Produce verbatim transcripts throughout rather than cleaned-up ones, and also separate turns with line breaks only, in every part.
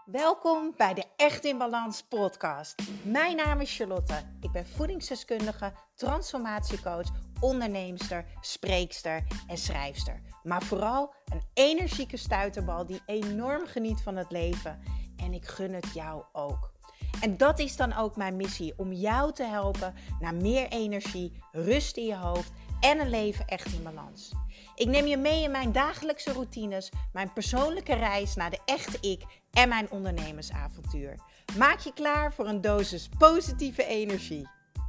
Welkom bij de Echt in Balans podcast. Mijn naam is Charlotte. Ik ben voedingsdeskundige, transformatiecoach, onderneemster, spreekster en schrijfster. Maar vooral een energieke stuiterbal die enorm geniet van het leven. En ik gun het jou ook. En dat is dan ook mijn missie, om jou te helpen naar meer energie, rust in je hoofd en een leven echt in balans. Ik neem je mee in mijn dagelijkse routines, mijn persoonlijke reis naar de echte ik en mijn ondernemersavontuur. Maak je klaar voor een dosis positieve energie.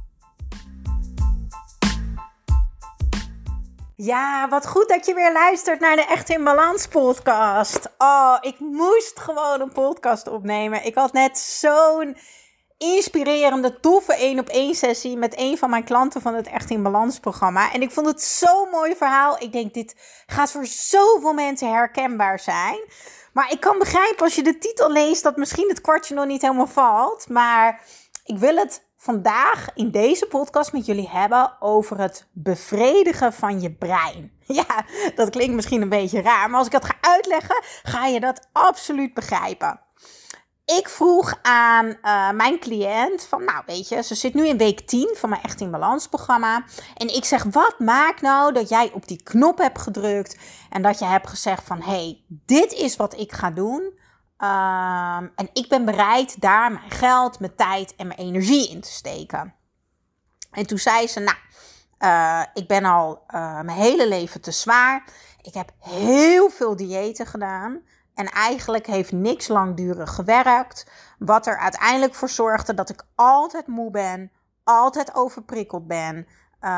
Ja, wat goed dat je weer luistert naar de Echt in Balans podcast. Oh, ik moest gewoon een podcast opnemen. Ik had net zo'n inspirerende, toffe één op één sessie met een van mijn klanten van het Echt in Balans programma. En ik vond het zo'n mooi verhaal. Ik denk, dit gaat voor zoveel mensen herkenbaar zijn. Maar ik kan begrijpen als je de titel leest dat misschien het kwartje nog niet helemaal valt. Maar ik wil het vandaag in deze podcast met jullie hebben over het bevredigen van je brein. Ja, dat klinkt misschien een beetje raar, maar als ik dat ga uitleggen, ga je dat absoluut begrijpen. Ik vroeg aan uh, mijn cliënt van, nou weet je, ze zit nu in week tien van mijn Echt in Balans programma. En ik zeg, wat maakt nou dat jij op die knop hebt gedrukt en dat je hebt gezegd van, hé, hey, dit is wat ik ga doen. Um, en ik ben bereid daar mijn geld, mijn tijd en mijn energie in te steken. En toen zei ze, nou, uh, ik ben al uh, mijn hele leven te zwaar. Ik heb heel veel diëten gedaan. En eigenlijk heeft niks langdurig gewerkt. Wat er uiteindelijk voor zorgde dat ik altijd moe ben. Altijd overprikkeld ben.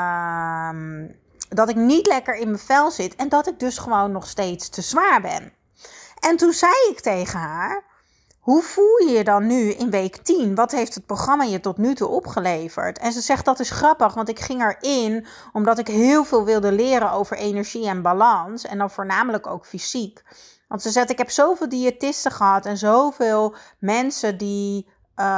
Um, dat ik niet lekker in mijn vel zit. En dat ik dus gewoon nog steeds te zwaar ben. En toen zei ik tegen haar, hoe voel je je dan nu in week tien? Wat heeft het programma je tot nu toe opgeleverd? En ze zegt, dat is grappig, want ik ging erin omdat ik heel veel wilde leren over energie en balans. En dan voornamelijk ook fysiek. Want ze zegt, ik heb zoveel diëtisten gehad en zoveel mensen die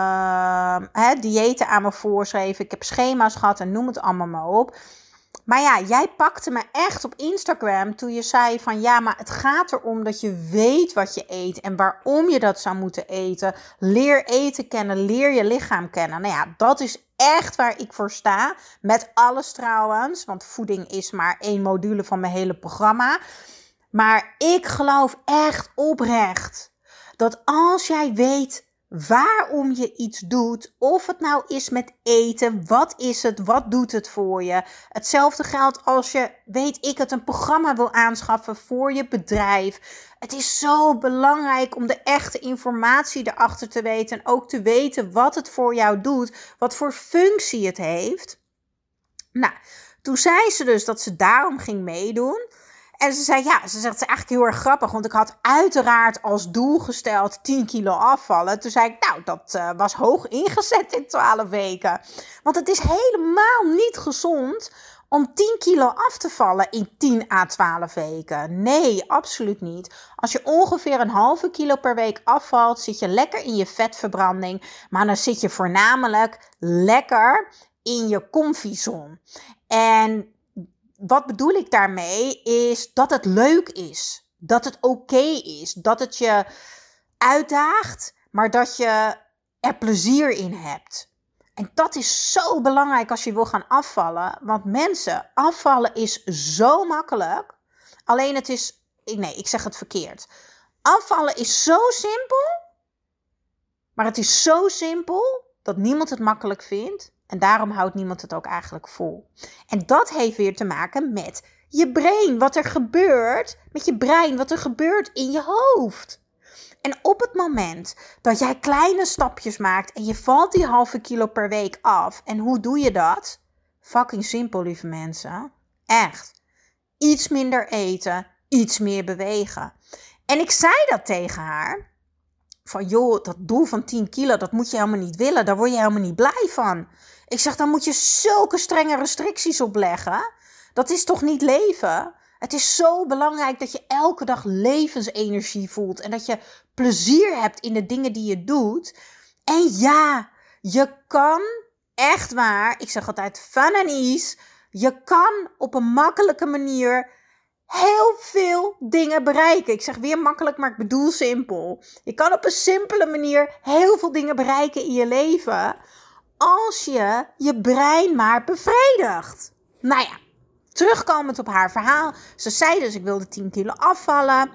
uh, hè, diëten aan me voorschreven. Ik heb schema's gehad en noem het allemaal maar op. Maar ja, jij pakte me echt op Instagram toen je zei van ja, maar het gaat erom dat je weet wat je eet en waarom je dat zou moeten eten. Leer eten kennen, leer je lichaam kennen. Nou ja, dat is echt waar ik voor sta. Met alles trouwens, want voeding is maar één module van mijn hele programma. Maar ik geloof echt oprecht dat als jij weet waarom je iets doet, of het nou is met eten, wat is het, wat doet het voor je? Hetzelfde geldt als je, weet ik het, een programma wil aanschaffen voor je bedrijf. Het is zo belangrijk om de echte informatie erachter te weten en ook te weten wat het voor jou doet, wat voor functie het heeft. Nou, toen zei ze dus dat ze daarom ging meedoen. En ze zei, ja, ze zegt, het is eigenlijk heel erg grappig, want ik had uiteraard als doel gesteld tien kilo afvallen. Toen zei ik, nou, dat uh, was hoog ingezet in twaalf weken. Want het is helemaal niet gezond om tien kilo af te vallen in tien à twaalf weken. Nee, absoluut niet. Als je ongeveer een halve kilo per week afvalt, zit je lekker in je vetverbranding. Maar dan zit je voornamelijk lekker in je comfyzone. En wat bedoel ik daarmee is dat het leuk is. Dat het oké is. Dat het je uitdaagt, maar dat je er plezier in hebt. En dat is zo belangrijk als je wil gaan afvallen. Want mensen, afvallen is zo makkelijk. Alleen het is, nee, ik zeg het verkeerd. Afvallen is zo simpel. Maar het is zo simpel dat niemand het makkelijk vindt. En daarom houdt niemand het ook eigenlijk vol. En dat heeft weer te maken met je brein. Wat er gebeurt met je brein. Wat er gebeurt in je hoofd. En op het moment dat jij kleine stapjes maakt en je valt die halve kilo per week af. En hoe doe je dat? Fucking simpel, lieve mensen. Echt. Iets minder eten, iets meer bewegen. En ik zei dat tegen haar. Van joh, dat doel van tien kilo, dat moet je helemaal niet willen. Daar word je helemaal niet blij van. Ik zeg, dan moet je zulke strenge restricties opleggen. Dat is toch niet leven? Het is zo belangrijk dat je elke dag levensenergie voelt. En dat je plezier hebt in de dingen die je doet. En ja, je kan, echt waar, ik zeg altijd fun and ease. Je kan op een makkelijke manier heel veel dingen bereiken. Ik zeg weer makkelijk, maar ik bedoel simpel. Je kan op een simpele manier heel veel dingen bereiken in je leven als je je brein maar bevredigt. Nou ja, terugkomend op haar verhaal. Ze zei dus, ik wilde tien kilo afvallen.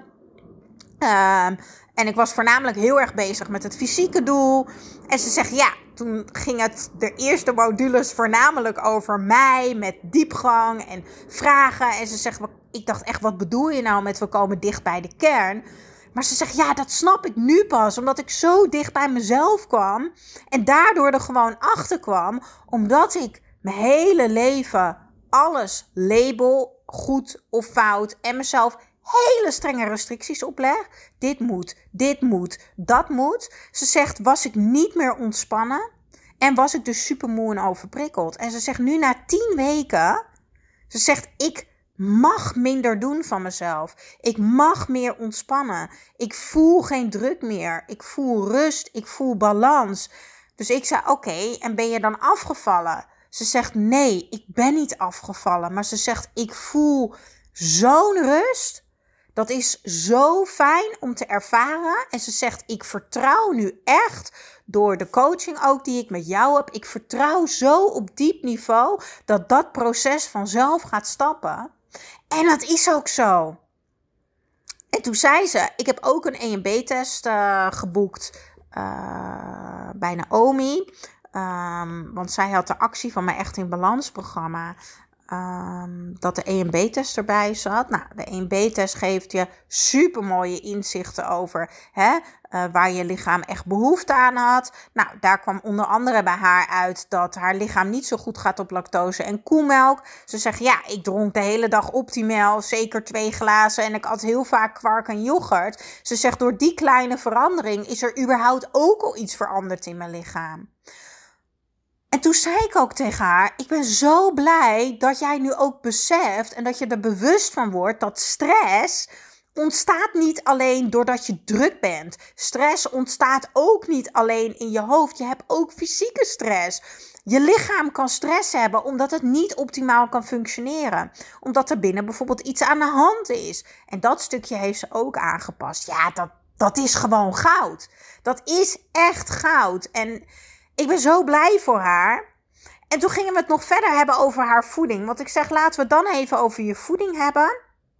Um, en ik was voornamelijk heel erg bezig met het fysieke doel. En ze zegt, ja, toen ging het de eerste modules voornamelijk over mij. Met diepgang en vragen. En ze zegt, ik dacht echt, wat bedoel je nou met we komen dicht bij de kern? Maar ze zegt, ja, dat snap ik nu pas. Omdat ik zo dicht bij mezelf kwam. En daardoor er gewoon achter kwam. Omdat ik mijn hele leven alles label, goed of fout. En mezelf hele strenge restricties opleg. Dit moet, dit moet, dat moet. Ze zegt, was ik niet meer ontspannen. En was ik dus super moe en overprikkeld. En ze zegt, nu na tien weken. Ze zegt, ik mag minder doen van mezelf. Ik mag meer ontspannen. Ik voel geen druk meer. Ik voel rust. Ik voel balans. Dus ik zei, oké, okay, en ben je dan afgevallen? Ze zegt, nee, ik ben niet afgevallen. Maar ze zegt, ik voel zo'n rust. Dat is zo fijn om te ervaren. En ze zegt, ik vertrouw nu echt, door de coaching ook die ik met jou heb. Ik vertrouw zo op diep niveau dat dat proces vanzelf gaat stappen. En dat is ook zo. En toen zei ze, ik heb ook een E M B-test uh, geboekt uh, bij Naomi. Um, want zij had de actie van mijn Echt in Balans programma. Um, dat de E M B-test erbij zat. Nou, de E M B-test geeft je super mooie inzichten over hè, uh, waar je lichaam echt behoefte aan had. Nou, daar kwam onder andere bij haar uit dat haar lichaam niet zo goed gaat op lactose en koemelk. Ze zegt, ja, ik dronk de hele dag Optimal, zeker twee glazen en ik at heel vaak kwark en yoghurt. Ze zegt, door die kleine verandering is er überhaupt ook al iets veranderd in mijn lichaam. En toen zei ik ook tegen haar, ik ben zo blij dat jij nu ook beseft en dat je er bewust van wordt dat stress ontstaat niet alleen doordat je druk bent. Stress ontstaat ook niet alleen in je hoofd. Je hebt ook fysieke stress. Je lichaam kan stress hebben omdat het niet optimaal kan functioneren. Omdat er binnen bijvoorbeeld iets aan de hand is. En dat stukje heeft ze ook aangepast. Ja, dat, dat is gewoon goud. Dat is echt goud. En ik ben zo blij voor haar. En toen gingen we het nog verder hebben over haar voeding. Want ik zeg, laten we dan even over je voeding hebben.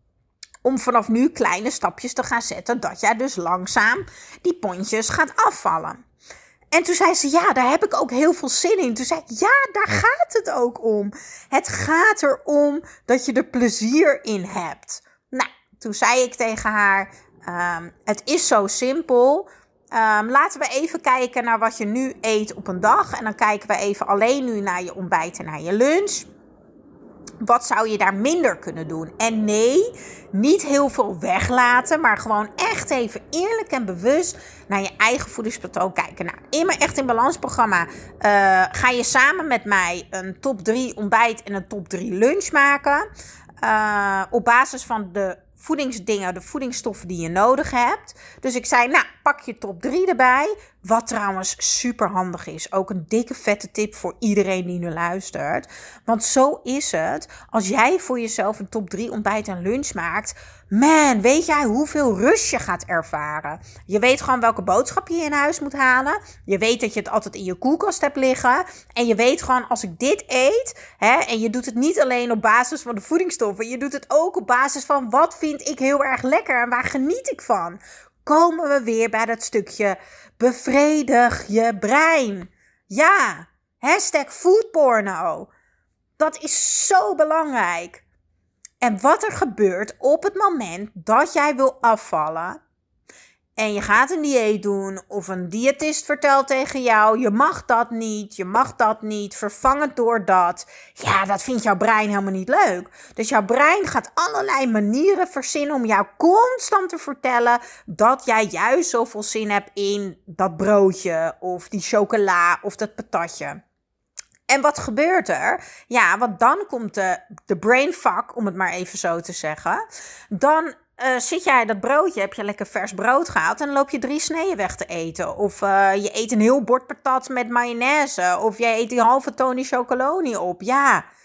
Om vanaf nu kleine stapjes te gaan zetten. Dat jij dus langzaam die pondjes gaat afvallen. En toen zei ze, ja, daar heb ik ook heel veel zin in. Toen zei ik, ja, daar gaat het ook om. Het gaat erom dat je er plezier in hebt. Nou, toen zei ik tegen haar, um, het is zo simpel. Um, laten we even kijken naar wat je nu eet op een dag. En dan kijken we even alleen nu naar je ontbijt en naar je lunch. Wat zou je daar minder kunnen doen? En nee, niet heel veel weglaten, maar gewoon echt even eerlijk en bewust naar je eigen voedingspatroon kijken. Nou, in mijn Echt in Balans programma uh, ga je samen met mij een top drie ontbijt en een top drie lunch maken. Uh, op basis van de voedingsdingen, de voedingsstoffen die je nodig hebt. Dus ik zei, nou, pak je top drie erbij. Wat trouwens super handig is. Ook een dikke vette tip voor iedereen die nu luistert. Want zo is het. Als jij voor jezelf een top drie ontbijt en lunch maakt. Man, weet jij hoeveel rust je gaat ervaren? Je weet gewoon welke boodschap je in huis moet halen. Je weet dat je het altijd in je koelkast hebt liggen. En je weet gewoon, als ik dit eet. Hè, en je doet het niet alleen op basis van de voedingsstoffen. Je doet het ook op basis van wat vind ik heel erg lekker. En waar geniet ik van? Komen we weer bij dat stukje bevredig je brein. Ja, hashtag foodporno. Dat is zo belangrijk. En wat er gebeurt op het moment dat jij wil afvallen en je gaat een dieet doen of een diëtist vertelt tegen jou, je mag dat niet, je mag dat niet, vervang het door dat. Ja, dat vindt jouw brein helemaal niet leuk. Dus jouw brein gaat allerlei manieren verzinnen om jou constant te vertellen dat jij juist zoveel zin hebt in dat broodje of die chocola of dat patatje. En wat gebeurt er? Ja, want dan komt de, de brain fuck, om het maar even zo te zeggen. Dan uh, zit jij dat broodje, heb je lekker vers brood gehaald en dan loop je drie sneeën weg te eten. Of uh, je eet een heel bord patat met mayonaise. Of jij eet die halve Tony Chocoloni op. Ja,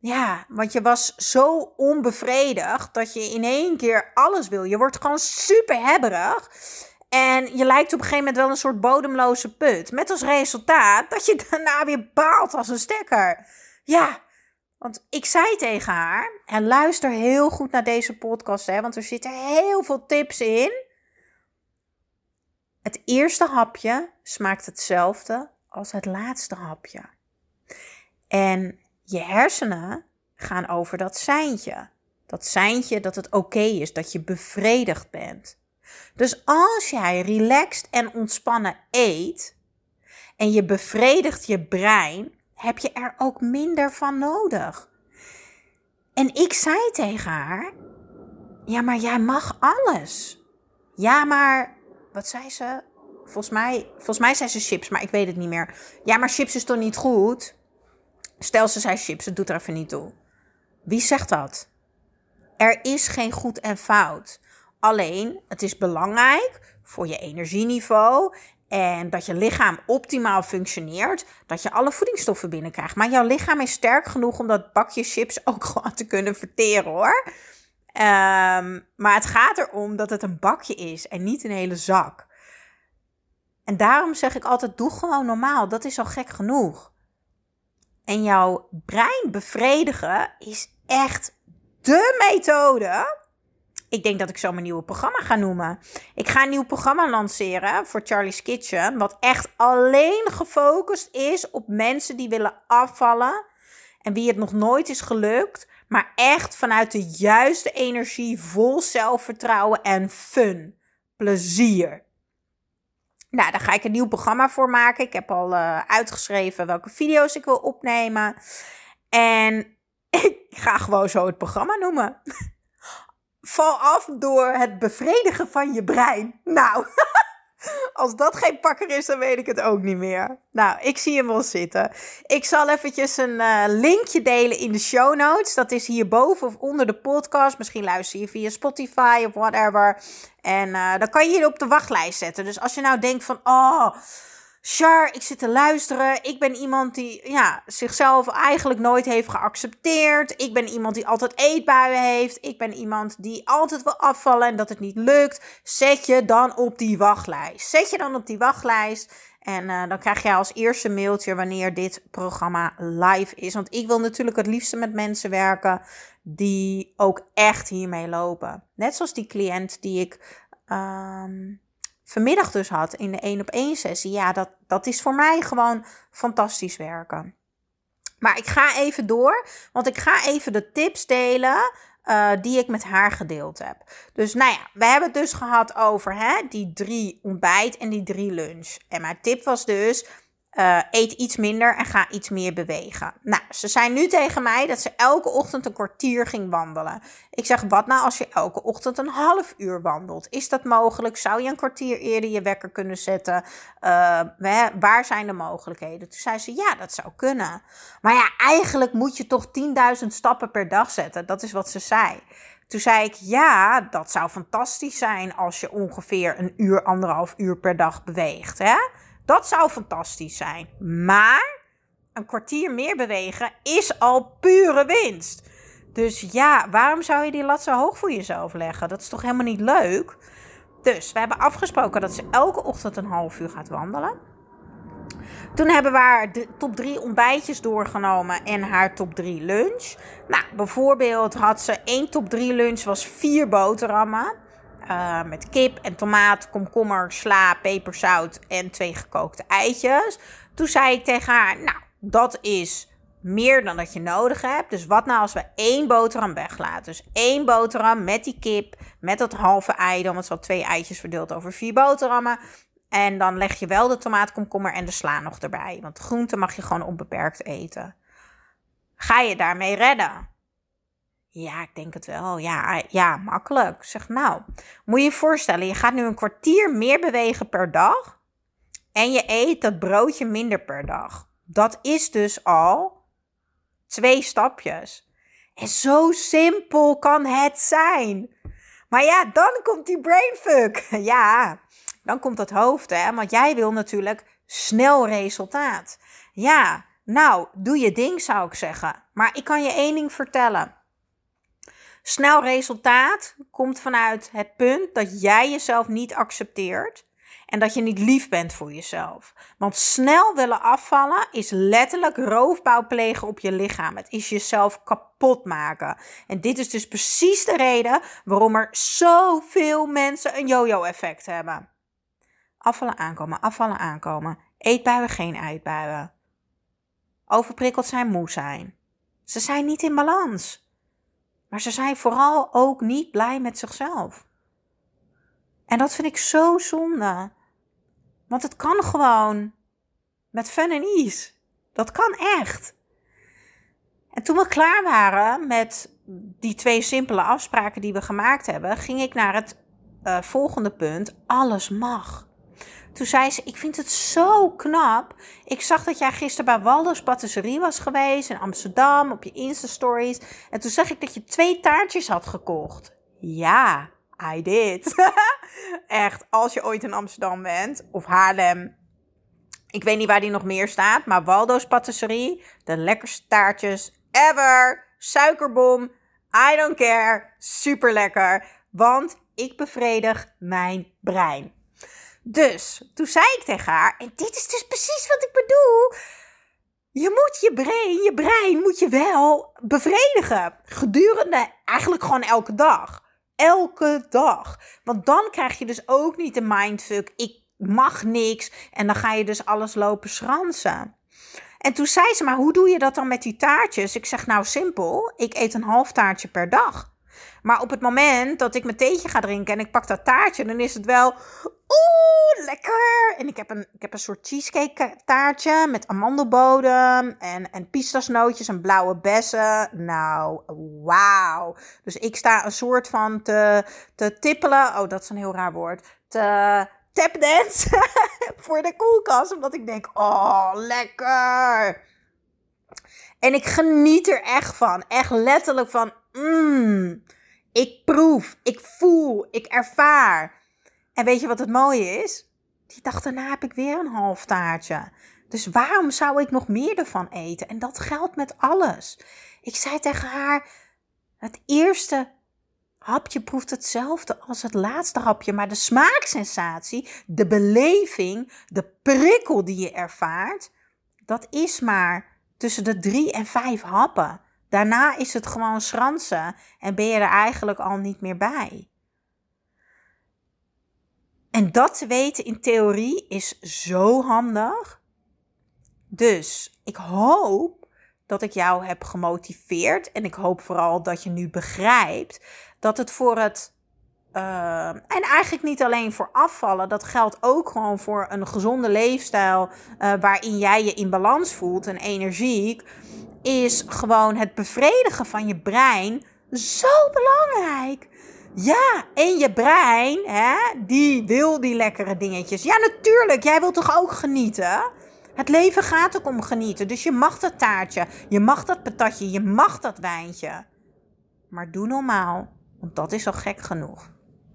Ja, want je was zo onbevredigd dat je in één keer alles wil. Je wordt gewoon super hebberig. En je lijkt op een gegeven moment wel een soort bodemloze put. Met als resultaat dat je daarna weer baalt als een stekker. Ja, want ik zei tegen haar, en luister heel goed naar deze podcast, hè, want er zitten heel veel tips in. Het eerste hapje smaakt hetzelfde als het laatste hapje. En je hersenen gaan over dat seintje. Dat seintje dat het oké is, dat je bevredigd bent. Dus als jij relaxed en ontspannen eet en je bevredigt je brein, heb je er ook minder van nodig. En ik zei tegen haar, ja, maar jij mag alles. Ja, maar, wat zei ze? Volgens mij, volgens mij zei ze chips, maar ik weet het niet meer. Ja, maar chips is toch niet goed? Stel ze zei chips, het doet er even niet toe. Wie zegt dat? Er is geen goed en fout. Alleen, het is belangrijk voor je energieniveau en dat je lichaam optimaal functioneert, dat je alle voedingsstoffen binnenkrijgt. Maar jouw lichaam is sterk genoeg om dat bakje chips ook gewoon te kunnen verteren, hoor. Um, maar het gaat erom dat het een bakje is en niet een hele zak. En daarom zeg ik altijd, doe gewoon normaal. Dat is al gek genoeg. En jouw brein bevredigen is echt de methode. Ik denk dat ik zo mijn nieuwe programma ga noemen. Ik ga een nieuw programma lanceren voor Charlie's Kitchen. Wat echt alleen gefocust is op mensen die willen afvallen. En wie het nog nooit is gelukt. Maar echt vanuit de juiste energie, vol zelfvertrouwen en fun. Plezier. Nou, daar ga ik een nieuw programma voor maken. Ik heb al uh, uitgeschreven welke video's ik wil opnemen. En ik ga gewoon zo het programma noemen. Val af door het bevredigen van je brein. Nou, als dat geen pakker is, dan weet ik het ook niet meer. Nou, ik zie hem wel zitten. Ik zal eventjes een uh, linkje delen in de show notes. Dat is hierboven of onder de podcast. Misschien luister je via Spotify of whatever. En uh, dan kan je je op de wachtlijst zetten. Dus als je nou denkt van, oh, Char, ik zit te luisteren. Ik ben iemand die ja, zichzelf eigenlijk nooit heeft geaccepteerd. Ik ben iemand die altijd eetbuien heeft. Ik ben iemand die altijd wil afvallen en dat het niet lukt. Zet je dan op die wachtlijst. Zet je dan op die wachtlijst. En uh, dan krijg je als eerste mailtje wanneer dit programma live is. Want ik wil natuurlijk het liefste met mensen werken die ook echt hiermee lopen. Net zoals die cliënt die ik Um, vanmiddag dus had in de één op één sessie. Ja, dat, dat is voor mij gewoon fantastisch werken. Maar ik ga even door, want ik ga even de tips delen uh, die ik met haar gedeeld heb. Dus nou ja, we hebben het dus gehad over hè, die drie ontbijt en die drie lunch. En mijn tip was dus, Uh, eet iets minder en ga iets meer bewegen. Nou, ze zei nu tegen mij dat ze elke ochtend een kwartier ging wandelen. Ik zeg, wat nou als je elke ochtend een half uur wandelt? Is dat mogelijk? Zou je een kwartier eerder je wekker kunnen zetten? Uh, waar zijn de mogelijkheden? Toen zei ze, ja, dat zou kunnen. Maar ja, eigenlijk moet je toch tienduizend stappen per dag zetten. Dat is wat ze zei. Toen zei ik, ja, dat zou fantastisch zijn als je ongeveer een uur, anderhalf uur per dag beweegt, hè? Dat zou fantastisch zijn. Maar een kwartier meer bewegen is al pure winst. Dus ja, waarom zou je die lat zo hoog voor jezelf leggen? Dat is toch helemaal niet leuk? Dus we hebben afgesproken dat ze elke ochtend een half uur gaat wandelen. Toen hebben we haar de top drie ontbijtjes doorgenomen en haar top drie lunch. Nou, bijvoorbeeld had ze één top drie lunch, was vier boterhammen. Uh, met kip en tomaat, komkommer, sla, peperzout en twee gekookte eitjes. Toen zei ik tegen haar, nou, dat is meer dan dat je nodig hebt. Dus wat nou als we één boterham weglaten? Dus één boterham met die kip, met dat halve ei, dan want ze had twee eitjes verdeeld over vier boterhammen. En dan leg je wel de tomaat, komkommer en de sla nog erbij. Want groenten mag je gewoon onbeperkt eten. Ga je daarmee redden? Ja, ik denk het wel. Ja, ja, makkelijk. Zeg nou, moet je je voorstellen, je gaat nu een kwartier meer bewegen per dag. En je eet dat broodje minder per dag. Dat is dus al twee stapjes. En zo simpel kan het zijn. Maar ja, dan komt die brainfuck. Ja, dan komt het hoofd, hè. Want jij wil natuurlijk snel resultaat. Ja, Nou, doe je ding zou ik zeggen. Maar ik kan je één ding vertellen. Snel resultaat komt vanuit het punt dat jij jezelf niet accepteert. En dat je niet lief bent voor jezelf. Want snel willen afvallen is letterlijk roofbouw plegen op je lichaam. Het is jezelf kapot maken. En dit is dus precies de reden waarom er zoveel mensen een yo-yo-effect hebben. Afvallen aankomen, afvallen aankomen. Eetbuien, geen eetbuien. Overprikkeld zijn, moe zijn. Ze zijn niet in balans. Maar ze zijn vooral ook niet blij met zichzelf. En dat vind ik zo zonde. Want het kan gewoon met fun en ease. Dat kan echt. En toen we klaar waren met die twee simpele afspraken die we gemaakt hebben, ging ik naar het uh, volgende punt. Alles mag. Toen zei ze, ik vind het zo knap. Ik zag dat jij gisteren bij Waldo's Patisserie was geweest in Amsterdam op je Insta-stories. En toen zag ik dat je twee taartjes had gekocht. Ja, I did. Echt, als je ooit in Amsterdam bent of Haarlem. Ik weet niet waar die nog meer staat, maar Waldo's Patisserie, de lekkerste taartjes ever. Suikerbom, I don't care. Super lekker, want ik bevredig mijn brein. Dus, toen zei ik tegen haar, en dit is dus precies wat ik bedoel. Je moet je brein, je brein moet je wel bevredigen. Gedurende eigenlijk gewoon elke dag. Elke dag. Want dan krijg je dus ook niet de mindfuck, ik mag niks. En dan ga je dus alles lopen schransen. En toen zei ze, maar hoe doe je dat dan met die taartjes? Ik zeg, nou simpel, ik eet een half taartje per dag. Maar op het moment dat ik mijn theetje ga drinken en ik pak dat taartje, dan is het wel, oeh, lekker. En ik heb een, ik heb een soort cheesecake taartje met amandelbodem en, en pistasnootjes en blauwe bessen. Nou, wauw. Dus ik sta een soort van te, te tippelen, oh dat is een heel raar woord, te tapdance voor de koelkast. Omdat ik denk, oh, lekker. En ik geniet er echt van. Echt letterlijk van, mmm. Ik proef, ik voel, ik ervaar. En weet je wat het mooie is? Die dag daarna heb ik weer een half taartje. Dus waarom zou ik nog meer ervan eten? En dat geldt met alles. Ik zei tegen haar, het eerste hapje proeft hetzelfde als het laatste hapje. Maar de smaaksensatie, de beleving, de prikkel die je ervaart, dat is maar tussen de drie en vijf happen. Daarna is het gewoon schransen en ben je er eigenlijk al niet meer bij. En dat te weten in theorie is zo handig. Dus ik hoop dat ik jou heb gemotiveerd. En ik hoop vooral dat je nu begrijpt dat het voor het... Uh, en eigenlijk niet alleen voor afvallen. Dat geldt ook gewoon voor een gezonde leefstijl uh, waarin jij je in balans voelt en energiek. Is gewoon het bevredigen van je brein zo belangrijk. Ja, en je brein, hè, die wil die lekkere dingetjes. Ja, natuurlijk, jij wilt toch ook genieten? Het leven gaat ook om genieten. Dus je mag dat taartje, je mag dat patatje, je mag dat wijntje. Maar doe normaal, want dat is al gek genoeg.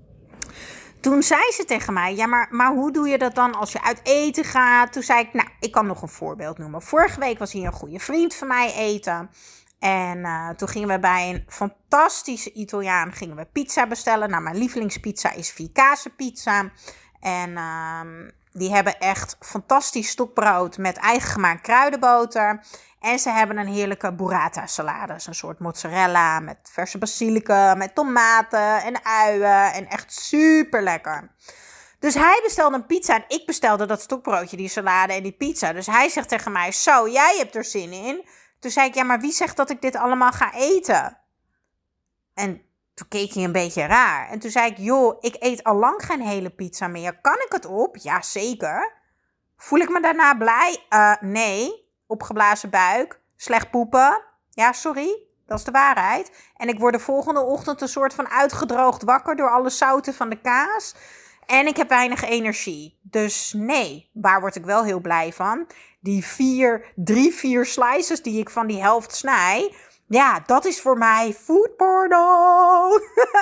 Toen zei ze tegen mij, ja, maar, maar hoe doe je dat dan als je uit eten gaat? Toen zei ik, nou, ik kan nog een voorbeeld noemen. Vorige week was hier een goede vriend van mij eten. En uh, toen gingen we bij een fantastische Italiaan gingen we pizza bestellen. Nou, mijn lievelingspizza is vierkase pizza. En uh, die hebben echt fantastisch stokbrood met eigen gemaakt kruidenboter. En ze hebben een heerlijke burrata salade. Dus een soort mozzarella met verse basilicum, met tomaten en uien. En echt super lekker. Dus hij bestelde een pizza en ik bestelde dat stokbroodje, die salade en die pizza. Dus hij zegt tegen mij, zo, jij hebt er zin in. Toen zei ik, ja, maar wie zegt dat ik dit allemaal ga eten? En toen keek hij een beetje raar. En toen zei ik, joh, ik eet al lang geen hele pizza meer. Kan ik het op? Ja, zeker. Voel ik me daarna blij? Uh, nee. Opgeblazen buik. Slecht poepen. Ja, sorry. Dat is de waarheid. En ik word de volgende ochtend een soort van uitgedroogd wakker door alle zouten van de kaas. En ik heb weinig energie. Dus nee, waar word ik wel heel blij van? Die vier, drie, vier slices die ik van die helft snij. Ja, dat is voor mij food porno.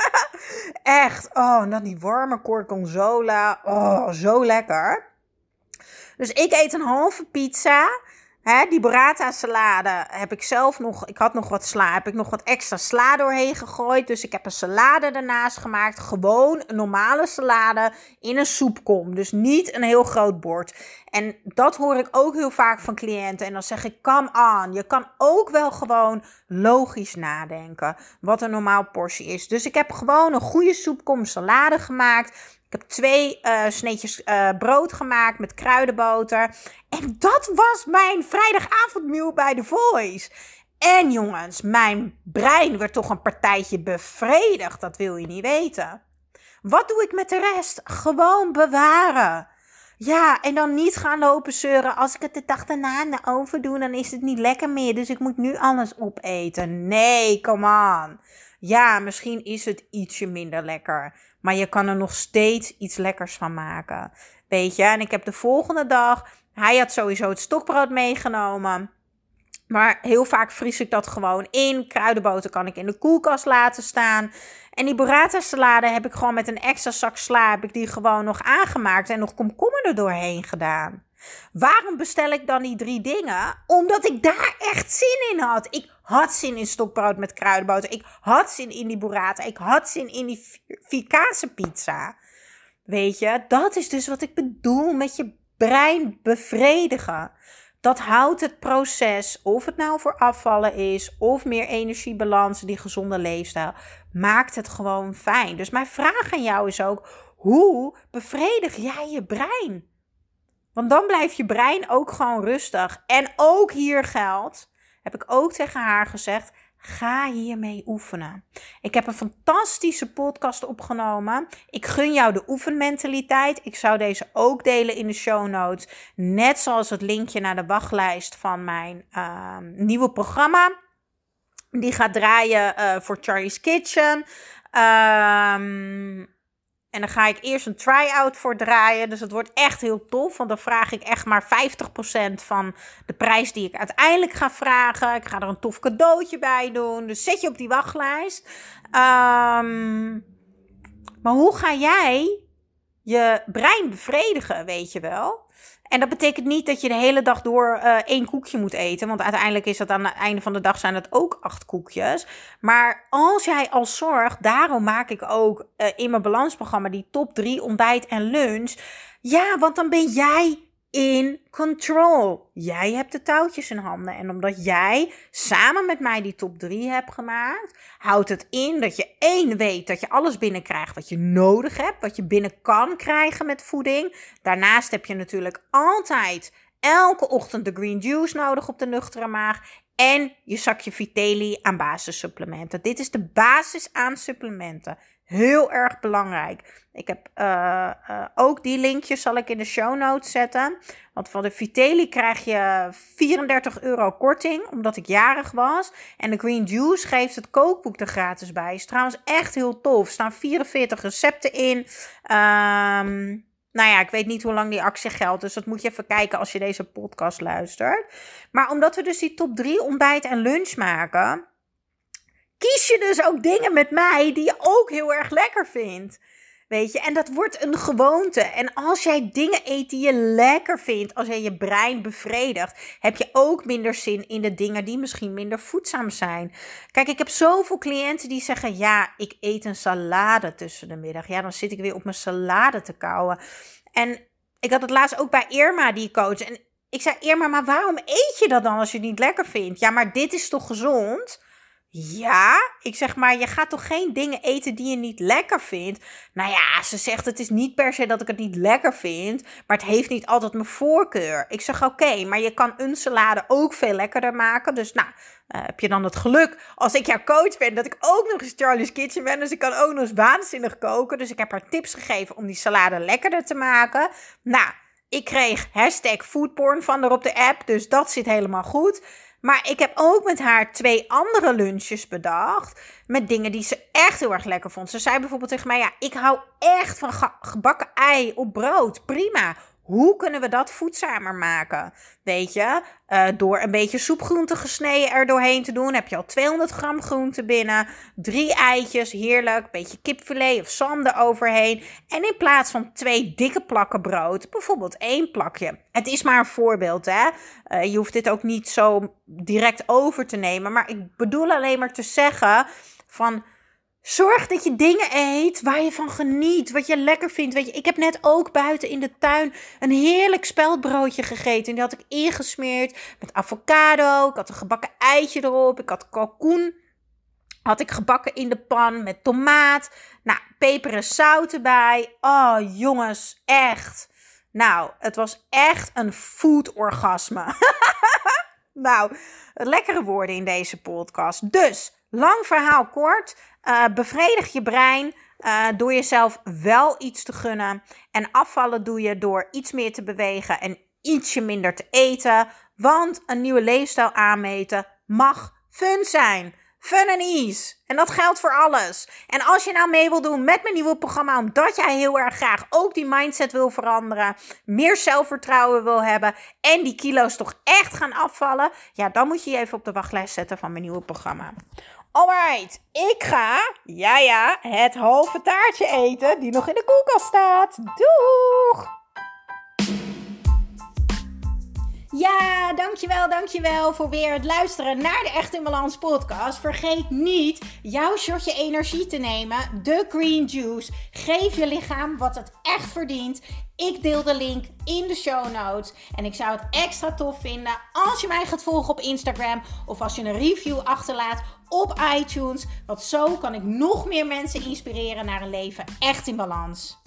Echt. Oh, en dan die warme gorgonzola. Oh, zo lekker. Dus ik eet een halve pizza. Hè, die burrata salade heb ik zelf nog, ik had nog wat sla, heb ik nog wat extra sla doorheen gegooid. Dus ik heb een salade ernaast gemaakt. Gewoon een normale salade in een soepkom. Dus niet een heel groot bord. En dat hoor ik ook heel vaak van cliënten. En dan zeg ik, come on. Je kan ook wel gewoon logisch nadenken wat een normaal portie is. Dus ik heb gewoon een goede soepkom salade gemaakt. Ik heb twee uh, sneetjes uh, brood gemaakt met kruidenboter. En dat was mijn vrijdagavondmeal bij The Voice. En jongens, mijn brein werd toch een partijtje bevredigd. Dat wil je niet weten. Wat doe ik met de rest? Gewoon bewaren. Ja, en dan niet gaan lopen zeuren. Als ik het de dag daarna in de oven doe, dan is het niet lekker meer. Dus ik moet nu alles opeten. Nee, come on. Ja, misschien is het ietsje minder lekker. Maar je kan er nog steeds iets lekkers van maken. Weet je, en ik heb de volgende dag... Hij had sowieso het stokbrood meegenomen. Maar heel vaak vries ik dat gewoon in. Kruidenboter kan ik in de koelkast laten staan. En die burrata salade heb ik gewoon met een extra zak sla... heb ik die gewoon nog aangemaakt en nog komkommer er doorheen gedaan. Waarom bestel ik dan die drie dingen? Omdat ik daar echt zin in had. Ik had zin in stokbrood met kruidenboter. Ik had zin in die burrata. Ik had zin in die vikaanse pizza. Weet je, dat is dus wat ik bedoel met je brein bevredigen. Dat houdt het proces, of het nou voor afvallen is, of meer energiebalans, die gezonde leefstijl, maakt het gewoon fijn. Dus mijn vraag aan jou is ook, hoe bevredig jij je brein? Want dan blijft je brein ook gewoon rustig. En ook hier geldt, heb ik ook tegen haar gezegd, ga hiermee oefenen. Ik heb een fantastische podcast opgenomen. Ik gun jou de oefenmentaliteit. Ik zou deze ook delen in de show notes. Net zoals het linkje naar de wachtlijst van mijn uh, nieuwe programma. Die gaat draaien uh, voor Charlie's Kitchen. Um, En dan ga ik eerst een try-out voor draaien. Dus het wordt echt heel tof. Want dan vraag ik echt maar vijftig procent van de prijs die ik uiteindelijk ga vragen. Ik ga er een tof cadeautje bij doen. Dus zet je op die wachtlijst. Um, maar hoe ga jij je brein bevredigen, weet je wel? En dat betekent niet dat je de hele dag door uh, één koekje moet eten. Want uiteindelijk is dat aan het einde van de dag zijn het ook acht koekjes. Maar als jij al zorgt, daarom maak ik ook uh, in mijn balansprogramma die top drie ontbijt en lunch. Ja, want dan ben jij in control. Jij hebt de touwtjes in handen. En omdat jij samen met mij die top drie hebt gemaakt, houdt het in dat je één weet dat je alles binnenkrijgt wat je nodig hebt. Wat je binnen kan krijgen met voeding. Daarnaast heb je natuurlijk altijd elke ochtend de green juice nodig op de nuchtere maag. En je zakje Vitelli aan basissupplementen. Dit is de basis aan supplementen. Heel erg belangrijk. Ik heb uh, uh, ook die linkjes zal ik in de show notes zetten. Want van de Vitelli krijg je vierendertig euro korting, omdat ik jarig was. En de Green Juice geeft het kookboek er gratis bij. Is trouwens echt heel tof. Er staan vierenveertig recepten in. Um, nou ja, ik weet niet hoe lang die actie geldt. Dus dat moet je even kijken als je deze podcast luistert. Maar omdat we dus die top drie ontbijt en lunch maken, kies je dus ook dingen met mij die je ook heel erg lekker vindt. Weet je, en dat wordt een gewoonte. En als jij dingen eet die je lekker vindt, als jij je brein bevredigt, heb je ook minder zin in de dingen die misschien minder voedzaam zijn. Kijk, ik heb zoveel cliënten die zeggen, ja, ik eet een salade tussen de middag. Ja, dan zit ik weer op mijn salade te kauwen. En ik had het laatst ook bij Irma, die coach. En ik zei, Irma, maar waarom eet je dat dan als je het niet lekker vindt? Ja, maar dit is toch gezond? Ja, ik zeg maar, je gaat toch geen dingen eten die je niet lekker vindt? Nou ja, ze zegt, het is niet per se dat ik het niet lekker vind, maar het heeft niet altijd mijn voorkeur. Ik zeg, oké, okay, maar je kan een salade ook veel lekkerder maken. Dus nou, uh, heb je dan het geluk, als ik jouw coach ben, dat ik ook nog eens Charlie's Kitchen ben. Dus ik kan ook nog eens waanzinnig koken. Dus ik heb haar tips gegeven om die salade lekkerder te maken. Nou, ik kreeg hashtag foodporn van haar op de app, dus dat zit helemaal goed. Maar ik heb ook met haar twee andere lunches bedacht met dingen die ze echt heel erg lekker vond. Ze zei bijvoorbeeld tegen mij, ja, ik hou echt van ge- gebakken ei op brood. Prima. Hoe kunnen we dat voedzamer maken? Weet je, uh, door een beetje soepgroente gesneden er doorheen te doen, heb je al tweehonderd gram groente binnen. Drie eitjes, heerlijk. Beetje kipfilet of zalm eroverheen. En in plaats van twee dikke plakken brood, bijvoorbeeld één plakje. Het is maar een voorbeeld, hè. Uh, je hoeft dit ook niet zo direct over te nemen. Maar ik bedoel alleen maar te zeggen van, zorg dat je dingen eet waar je van geniet, wat je lekker vindt. Weet je, ik heb net ook buiten in de tuin een heerlijk speldbroodje gegeten. En die had ik ingesmeerd met avocado. Ik had een gebakken eitje erop. Ik had kalkoen. Had ik gebakken in de pan met tomaat. Nou, peper en zout erbij. Oh, jongens, echt. Nou, het was echt een food-orgasme. Nou, lekkere woorden in deze podcast. Dus, lang verhaal kort. Uh, bevredig je brein uh, door jezelf wel iets te gunnen. En afvallen doe je door iets meer te bewegen en ietsje minder te eten. Want een nieuwe leefstijl aanmeten mag fun zijn. Fun and ease. En dat geldt voor alles. En als je nou mee wil doen met mijn nieuwe programma, omdat jij heel erg graag ook die mindset wil veranderen, meer zelfvertrouwen wil hebben en die kilo's toch echt gaan afvallen, ja, dan moet je je even op de wachtlijst zetten van mijn nieuwe programma. Alright, ik ga, ja ja, het halve taartje eten die nog in de koelkast staat. Doeg! Ja, dankjewel, dankjewel voor weer het luisteren naar de Echt in Balans podcast. Vergeet niet jouw shotje energie te nemen, de Green Juice. Geef je lichaam wat het echt verdient. Ik deel de link in de show notes. En ik zou het extra tof vinden als je mij gaat volgen op Instagram of als je een review achterlaat op iTunes. Want zo kan ik nog meer mensen inspireren naar een leven echt in balans.